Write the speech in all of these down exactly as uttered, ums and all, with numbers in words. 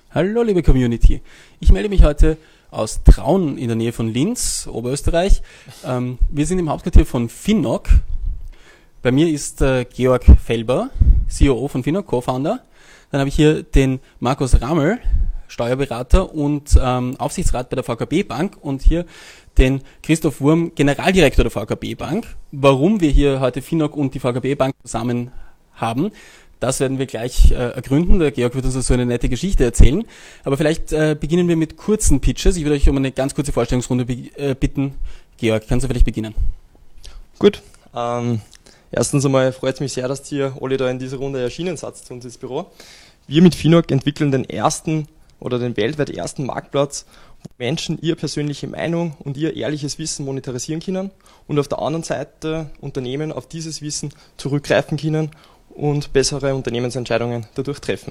Hallo liebe Community, ich melde mich heute aus Traun in der Nähe von Linz, Oberösterreich. Ähm, wir sind im Hauptquartier von Finnoc. Bei mir ist äh, Georg Felber, C E O von Finnoc, Co-Founder. Dann habe ich hier den Markus Rammel, Steuerberater und ähm, Aufsichtsrat bei der V K B Bank, und hier den Christoph Wurm, Generaldirektor der V K B Bank. Warum wir hier heute Finnoc und die V K B Bank zusammen haben, das werden wir gleich äh, ergründen. Der Georg wird uns so eine nette Geschichte erzählen. Aber vielleicht äh, beginnen wir mit kurzen Pitches. Ich würde euch um eine ganz kurze Vorstellungsrunde be- äh, bitten. Georg, kannst du vielleicht beginnen? Gut. Ähm, erstens einmal freut es mich sehr, dass ihr alle da in dieser Runde erschienen seid zu uns ins Büro. Wir mit Finnoc entwickeln den ersten oder den weltweit ersten Marktplatz, wo Menschen ihre persönliche Meinung und ihr ehrliches Wissen monetarisieren können und auf der anderen Seite Unternehmen auf dieses Wissen zurückgreifen können und bessere Unternehmensentscheidungen dadurch treffen.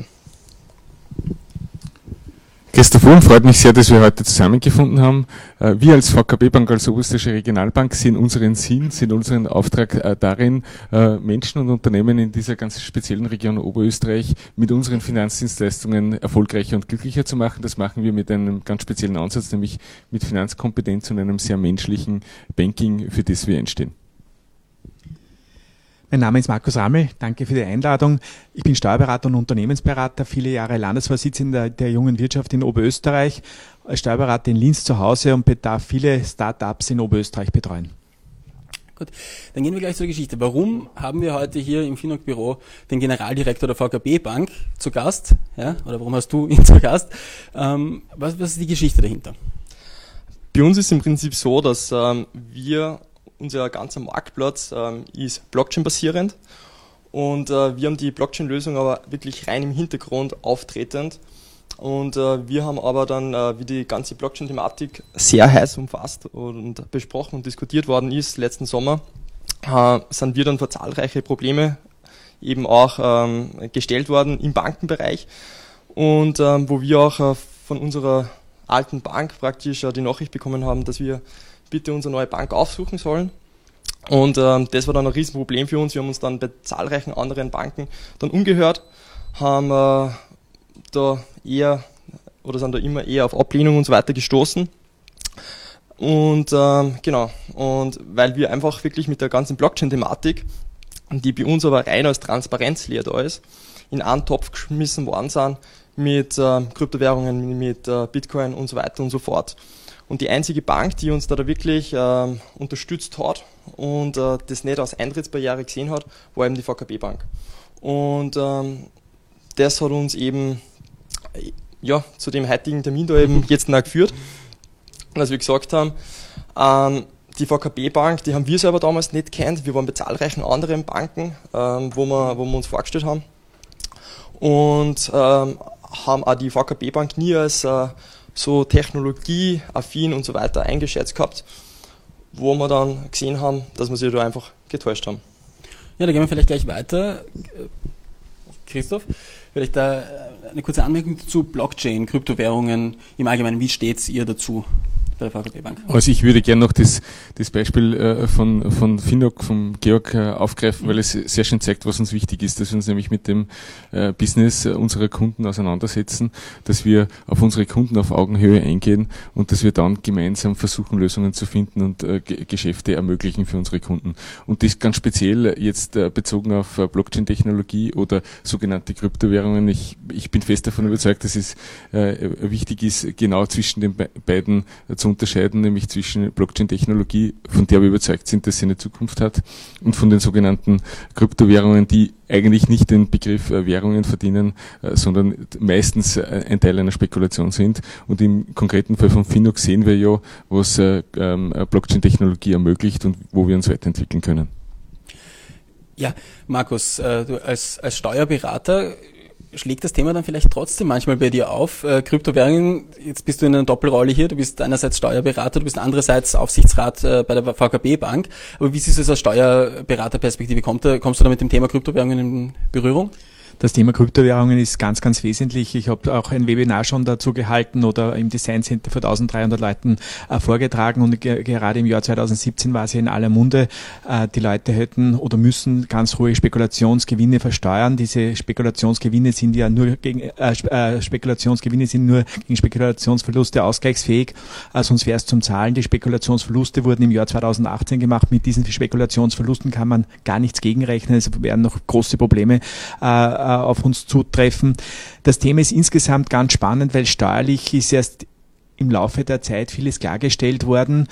Christoph Wurm, freut mich sehr, dass wir heute zusammengefunden haben. Wir als V K B Bank, als Oberösterreichische Regionalbank, sehen unseren Sinn, sehen unseren Auftrag darin, Menschen und Unternehmen in dieser ganz speziellen Region Oberösterreich mit unseren Finanzdienstleistungen erfolgreicher und glücklicher zu machen. Das machen wir mit einem ganz speziellen Ansatz, nämlich mit Finanzkompetenz und einem sehr menschlichen Banking, für das wir einstehen. Mein Name ist Markus Rammel, danke für die Einladung. Ich bin Steuerberater und Unternehmensberater, viele Jahre Landesvorsitzender der jungen Wirtschaft in Oberösterreich, als Steuerberater in Linz zu Hause und darf viele Start-ups in Oberösterreich betreuen. Gut, dann gehen wir gleich zur Geschichte. Warum haben wir heute hier im Finnoc-Büro den Generaldirektor der V K B Bank zu Gast? Ja, oder warum hast du ihn zu Gast? Ähm, was, was ist die Geschichte dahinter? Bei uns ist im Prinzip so, dass ähm, wir unser ganzer Marktplatz ähm, ist Blockchain-basierend und äh, wir haben die Blockchain-Lösung aber wirklich rein im Hintergrund auftretend, und äh, wir haben aber dann, äh, wie die ganze Blockchain-Thematik sehr heiß umfasst und besprochen und diskutiert worden ist letzten Sommer, äh, sind wir dann vor zahlreiche Probleme eben auch ähm, gestellt worden im Bankenbereich, und ähm, wo wir auch äh, von unserer alten Bank praktisch äh, die Nachricht bekommen haben, dass wir bitte unsere neue Bank aufsuchen sollen. Und ähm, das war dann ein Riesenproblem für uns. Wir haben uns dann bei zahlreichen anderen Banken dann umgehört, haben äh, da eher oder sind da immer eher auf Ablehnung und so weiter gestoßen. Und ähm, genau, und weil wir einfach wirklich mit der ganzen Blockchain-Thematik, die bei uns aber rein als Transparenzlehre da ist, in einen Topf geschmissen worden sind mit äh, Kryptowährungen, mit äh, Bitcoin und so weiter und so fort. Und die einzige Bank, die uns da, da wirklich ähm, unterstützt hat und äh, das nicht als Eintrittsbarriere gesehen hat, war eben die V K B Bank. Und ähm, das hat uns eben ja, zu dem heutigen Termin da eben jetzt noch geführt. Und als wir gesagt haben, ähm, die V K B Bank, die haben wir selber damals nicht kennt. Wir waren bei zahlreichen anderen Banken, ähm, wo, wir, wo wir uns vorgestellt haben. Und ähm, haben auch die V K B Bank nie als äh, so technologieaffin und so weiter eingeschätzt gehabt, wo wir dann gesehen haben, dass wir sich da einfach getäuscht haben. Ja, da gehen wir vielleicht gleich weiter. Christoph, vielleicht da eine kurze Anmerkung zu Blockchain, Kryptowährungen im Allgemeinen. Wie steht's ihr dazu bei der V K B Bank? Also ich würde gerne noch das, das Beispiel äh, von, von Finnoc, vom Georg äh, aufgreifen, weil es sehr schön zeigt, was uns wichtig ist, dass wir uns nämlich mit dem äh, Business äh, unserer Kunden auseinandersetzen, dass wir auf unsere Kunden auf Augenhöhe eingehen und dass wir dann gemeinsam versuchen, Lösungen zu finden und äh, G- Geschäfte ermöglichen für unsere Kunden. Und das ganz speziell jetzt äh, bezogen auf äh, Blockchain-Technologie oder sogenannte Kryptowährungen. Ich, ich bin fest davon überzeugt, dass es äh, wichtig ist, genau zwischen den be- beiden äh, zu unterscheiden, nämlich zwischen Blockchain-Technologie, von der wir überzeugt sind, dass sie eine Zukunft hat, und von den sogenannten Kryptowährungen, die eigentlich nicht den Begriff äh, Währungen verdienen, äh, sondern meistens äh, ein Teil einer Spekulation sind. Und im konkreten Fall von Finnoc sehen wir ja, was äh, ähm, Blockchain-Technologie ermöglicht und wo wir uns weiterentwickeln können. Ja, Markus, äh, du als, als Steuerberater, schlägt das Thema dann vielleicht trotzdem manchmal bei dir auf? Äh, Kryptowährungen, jetzt bist du in einer Doppelrolle hier, du bist einerseits Steuerberater, du bist andererseits Aufsichtsrat äh, bei der V K B Bank, aber wie siehst du es aus Steuerberaterperspektive? Kommt da, kommst du da mit dem Thema Kryptowährungen in Berührung? Das Thema Kryptowährungen ist ganz, ganz wesentlich. Ich habe auch ein Webinar schon dazu gehalten oder im Design Center vor dreizehnhundert Leuten äh, vorgetragen und ge gerade im Jahr zweitausendsiebzehn war es ja in aller Munde. Äh, die Leute hätten oder müssen ganz hohe Spekulationsgewinne versteuern. Diese Spekulationsgewinne sind ja nur gegen äh, äh, Spekulationsgewinne sind nur gegen Spekulationsverluste ausgleichsfähig, äh, sonst wäre es zum Zahlen. Die Spekulationsverluste wurden im Jahr zweitausendachtzehn gemacht. Mit diesen Spekulationsverlusten kann man gar nichts gegenrechnen. Es werden noch große Probleme äh, auf uns zutreffen. Das Thema ist insgesamt ganz spannend, weil steuerlich ist erst im Laufe der Zeit vieles klargestellt worden.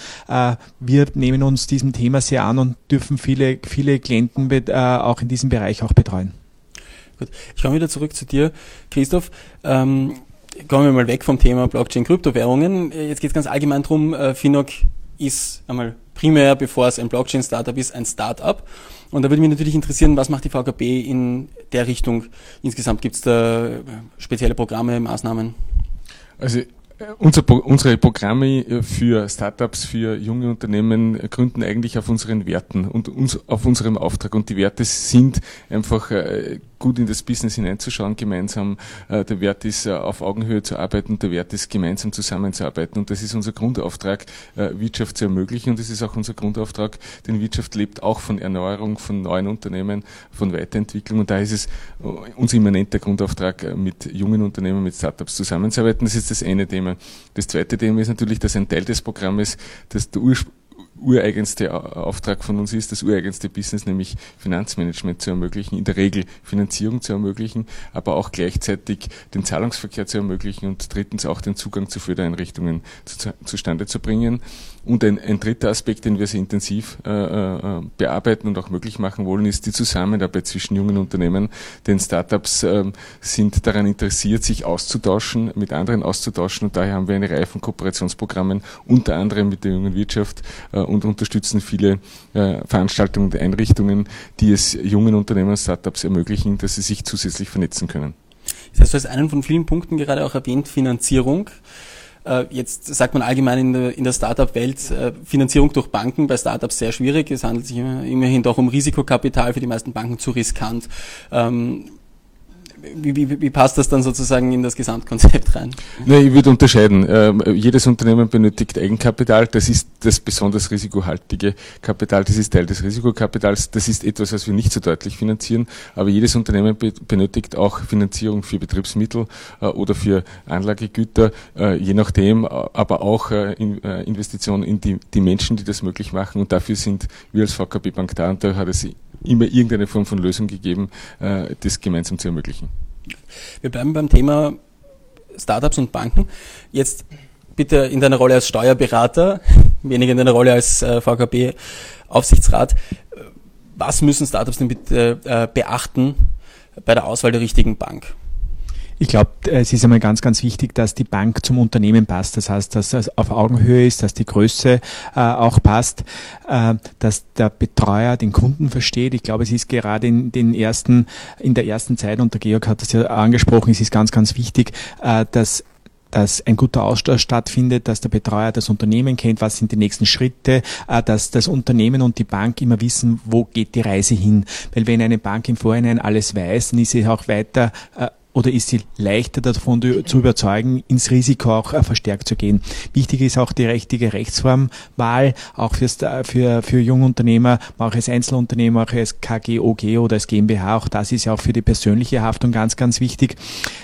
Wir nehmen uns diesem Thema sehr an und dürfen viele, viele Klienten auch in diesem Bereich auch betreuen. Gut, ich komme wieder zurück zu dir, Christoph. Ähm, kommen wir mal weg vom Thema Blockchain-Kryptowährungen. Jetzt geht es ganz allgemein darum, äh, Finnoc ist einmal primär, bevor es ein Blockchain-Startup ist, ein Startup. Und da würde mich natürlich interessieren, was macht die V K B in der Richtung insgesamt? Gibt es da spezielle Programme, Maßnahmen? Also Unser, unsere Programme für Startups, für junge Unternehmen gründen eigentlich auf unseren Werten und uns, auf unserem Auftrag. Und die Werte sind einfach äh, gut in das Business hineinzuschauen, gemeinsam. Äh, der Wert ist, äh, auf Augenhöhe zu arbeiten, der Wert ist, gemeinsam zusammenzuarbeiten. Und das ist unser Grundauftrag, äh, Wirtschaft zu ermöglichen. Und das ist auch unser Grundauftrag, denn Wirtschaft lebt auch von Erneuerung, von neuen Unternehmen, von Weiterentwicklung. Und da ist es äh, unser immanenter Grundauftrag, äh, mit jungen Unternehmen, mit Startups zusammenzuarbeiten. Das ist das eine Thema. Das zweite Thema ist natürlich, dass ein Teil des Programmes, dass der Urspr- ureigenste Auftrag von uns ist, das ureigenste Business, nämlich Finanzmanagement zu ermöglichen, in der Regel Finanzierung zu ermöglichen, aber auch gleichzeitig den Zahlungsverkehr zu ermöglichen und drittens auch den Zugang zu Fördereinrichtungen zu, zustande zu bringen. Und ein, ein dritter Aspekt, den wir sehr intensiv äh, äh, bearbeiten und auch möglich machen wollen, ist die Zusammenarbeit zwischen jungen Unternehmen. Denn Startups äh, sind daran interessiert, sich auszutauschen, mit anderen auszutauschen und daher haben wir eine Reihe von Kooperationsprogrammen, unter anderem mit der jungen Wirtschaft äh, und unterstützen viele äh, Veranstaltungen und Einrichtungen, die es jungen Unternehmen und Startups ermöglichen, dass sie sich zusätzlich vernetzen können. Das heißt, du hast einen von vielen Punkten gerade auch erwähnt, Finanzierung. Jetzt sagt man allgemein in der, in der Startup-Welt, Finanzierung durch Banken bei Startups sehr schwierig. Es handelt sich immerhin doch um Risikokapital, für die meisten Banken zu riskant. Ähm, Wie, wie, wie passt das dann sozusagen in das Gesamtkonzept rein? Ne, ich würde unterscheiden. Ähm, jedes Unternehmen benötigt Eigenkapital. Das ist das besonders risikohaltige Kapital. Das ist Teil des Risikokapitals. Das ist etwas, was wir nicht so deutlich finanzieren. Aber jedes Unternehmen be- benötigt auch Finanzierung für Betriebsmittel äh, oder für Anlagegüter, äh, je nachdem, aber auch äh, in, äh, Investitionen in die, die Menschen, die das möglich machen. Und dafür sind wir als V K B Bank da und da hat es immer irgendeine Form von Lösung gegeben, äh, das gemeinsam zu ermöglichen. Wir bleiben beim Thema Startups und Banken. Jetzt bitte in deiner Rolle als Steuerberater, weniger in deiner Rolle als äh, V K B-Aufsichtsrat. Was müssen Startups denn bitte äh, beachten bei der Auswahl der richtigen Bank? Ich glaube, es ist einmal ganz, ganz wichtig, dass die Bank zum Unternehmen passt. Das heißt, dass es auf Augenhöhe ist, dass die Größe äh, auch passt, äh, dass der Betreuer den Kunden versteht. Ich glaube, es ist gerade in den ersten, in der ersten Zeit, und der Georg hat das ja angesprochen, es ist ganz, ganz wichtig, äh, dass dass ein guter Austausch stattfindet, dass der Betreuer das Unternehmen kennt, was sind die nächsten Schritte, dass das Unternehmen und die Bank immer wissen, wo geht die Reise hin. Weil wenn eine Bank im Vorhinein alles weiß, dann ist sie auch weiter oder ist sie leichter davon zu überzeugen, ins Risiko auch verstärkt zu gehen. Wichtig ist auch die richtige Rechtsformwahl, auch fürs, für, für Jungunternehmer, auch als Einzelunternehmer, auch als K G, O G oder als GmbH. Auch das ist ja auch für die persönliche Haftung ganz, ganz wichtig.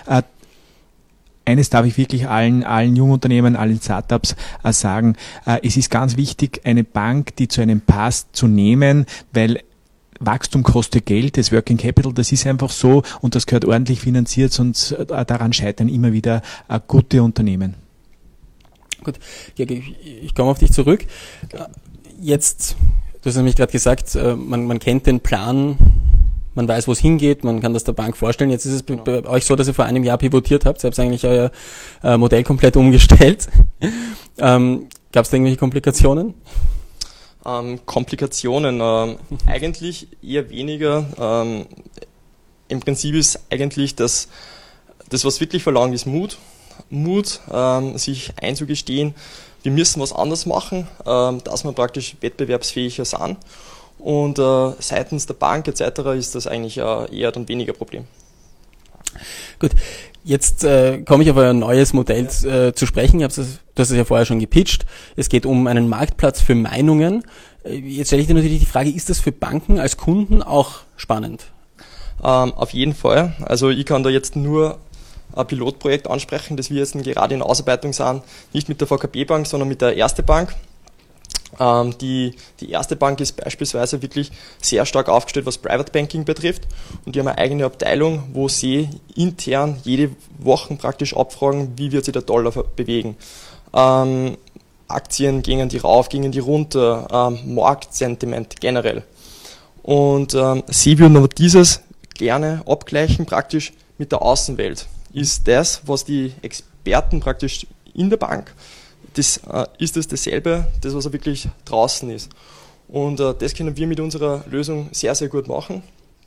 Eines darf ich wirklich allen, allen Jungunternehmern, allen Startups äh, sagen, äh, es ist ganz wichtig, eine Bank, die zu einem passt, zu nehmen, weil Wachstum kostet Geld, das Working Capital, das ist einfach so und das gehört ordentlich finanziert, sonst äh, daran scheitern immer wieder äh, gute Unternehmen. Gut, ich, ich komme auf dich zurück. Jetzt, du hast nämlich gerade gesagt, man, man kennt den Plan, man weiß, wo es hingeht, man kann das der Bank vorstellen. Jetzt ist es bei, bei euch so, dass ihr vor einem Jahr pivotiert habt. Ihr habt eigentlich euer äh, Modell komplett umgestellt. ähm, Gab es da irgendwelche Komplikationen? Ähm, Komplikationen ähm, eigentlich eher weniger. Ähm, Im Prinzip ist eigentlich das, das, was wirklich verlangt, ist Mut. Mut, ähm, sich einzugestehen, wir müssen was anders machen, ähm, dass wir praktisch wettbewerbsfähiger sind. Und äh, seitens der Bank et cetera ist das eigentlich äh, eher dann weniger Problem. Gut, jetzt äh, komme ich auf euer neues Modell äh, zu sprechen. Ich hab's, du hast es ja vorher schon gepitcht. Es geht um einen Marktplatz für Meinungen. Äh, jetzt stelle ich dir natürlich die Frage, ist das für Banken als Kunden auch spannend? Ähm, auf jeden Fall. Also ich kann da jetzt nur ein Pilotprojekt ansprechen, das wir jetzt gerade in Ausarbeitung sind, nicht mit der V K B-Bank, sondern mit der Erste Bank. Ähm, die, die Erste Bank ist beispielsweise wirklich sehr stark aufgestellt, was Private Banking betrifft, und die haben eine eigene Abteilung, wo sie intern jede Woche praktisch abfragen, wie wird sich der Dollar bewegen. Ähm, Aktien gingen die rauf, gingen die runter, ähm, Marktsentiment generell. Und ähm, sie würden aber dieses gerne abgleichen praktisch mit der Außenwelt. Ist das, was die Experten praktisch in der Bank, das, äh, ist das dasselbe, das was er wirklich draußen ist. Und äh, das können wir mit unserer Lösung sehr, sehr gut machen.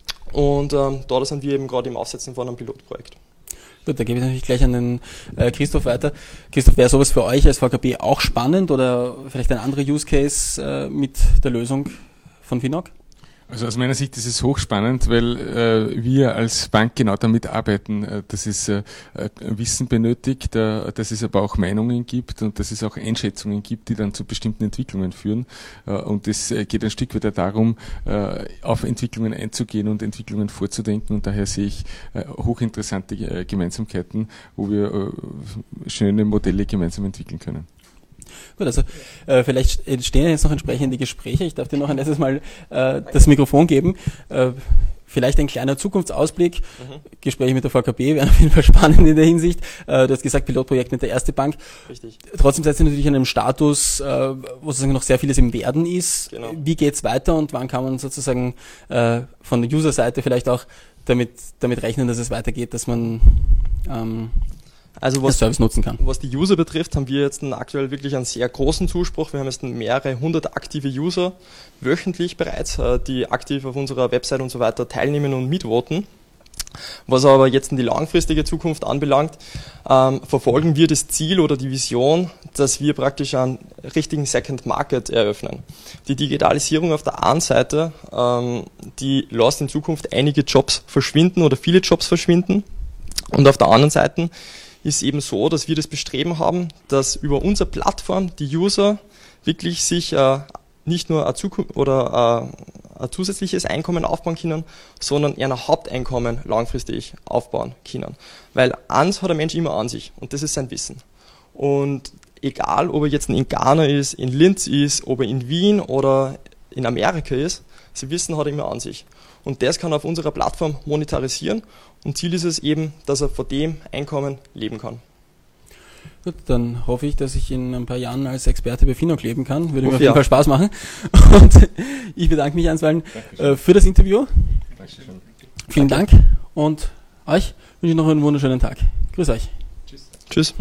Und ähm, da sind wir eben gerade im Aufsetzen von einem Pilotprojekt. Gut, da gebe ich natürlich gleich an den äh, Christoph weiter. Christoph, wäre sowas für euch als V K B auch spannend oder vielleicht ein anderer Use Case äh, mit der Lösung von Finnoc? Also aus meiner Sicht ist es hochspannend, weil äh, wir als Bank genau damit arbeiten, äh, dass es äh, Wissen benötigt, äh, dass es aber auch Meinungen gibt und dass es auch Einschätzungen gibt, die dann zu bestimmten Entwicklungen führen. Äh, und es äh, geht ein Stück weit darum, äh, auf Entwicklungen einzugehen und Entwicklungen vorzudenken. Und daher sehe ich äh, hochinteressante äh, Gemeinsamkeiten, wo wir äh, schöne Modelle gemeinsam entwickeln können. Gut, also äh, vielleicht entstehen jetzt noch entsprechende Gespräche. Ich darf dir noch ein letztes Mal äh, das Mikrofon geben. Äh, vielleicht ein kleiner Zukunftsausblick. Mhm. Gespräche mit der V K B wären auf jeden Fall spannend in der Hinsicht. Äh, du hast gesagt, Pilotprojekt mit der Erste Bank. Richtig. Trotzdem seid ihr natürlich in einem Status, äh, wo sozusagen noch sehr vieles im Werden ist. Genau. Wie geht's weiter und wann kann man sozusagen äh, von der User-Seite vielleicht auch damit, damit rechnen, dass es weitergeht, dass man ähm, Also was, Service nutzen kann. Was die User betrifft, haben wir jetzt aktuell wirklich einen sehr großen Zuspruch. Wir haben jetzt mehrere hundert aktive User wöchentlich bereits, die aktiv auf unserer Website und so weiter teilnehmen und mitvoten. Was aber jetzt in die langfristige Zukunft anbelangt, ähm, verfolgen wir das Ziel oder die Vision, dass wir praktisch einen richtigen Second Market eröffnen. Die Digitalisierung auf der einen Seite, ähm, die lässt in Zukunft einige Jobs verschwinden oder viele Jobs verschwinden, und auf der anderen Seite ist eben so, dass wir das Bestreben haben, dass über unsere Plattform die User wirklich sich äh, nicht nur ein, Zukunft oder äh, ein zusätzliches Einkommen aufbauen können, sondern eher ein Haupteinkommen langfristig aufbauen können. Weil eins hat der Mensch immer an sich, und das ist sein Wissen. Und egal, ob er jetzt in Ghana ist, in Linz ist, ob er in Wien oder in Amerika ist, sein Wissen hat er immer an sich. Und das kann er auf unserer Plattform monetarisieren. Und Ziel ist es eben, dass er von dem Einkommen leben kann. Gut, dann hoffe ich, dass ich in ein paar Jahren als Experte bei Finnoc leben kann. Würde mir auf ja. jeden Fall Spaß machen. Und ich bedanke mich einstweilen äh, für das Interview. Dankeschön. Vielen Dank und euch wünsche ich noch einen wunderschönen Tag. Grüß euch. Tschüss.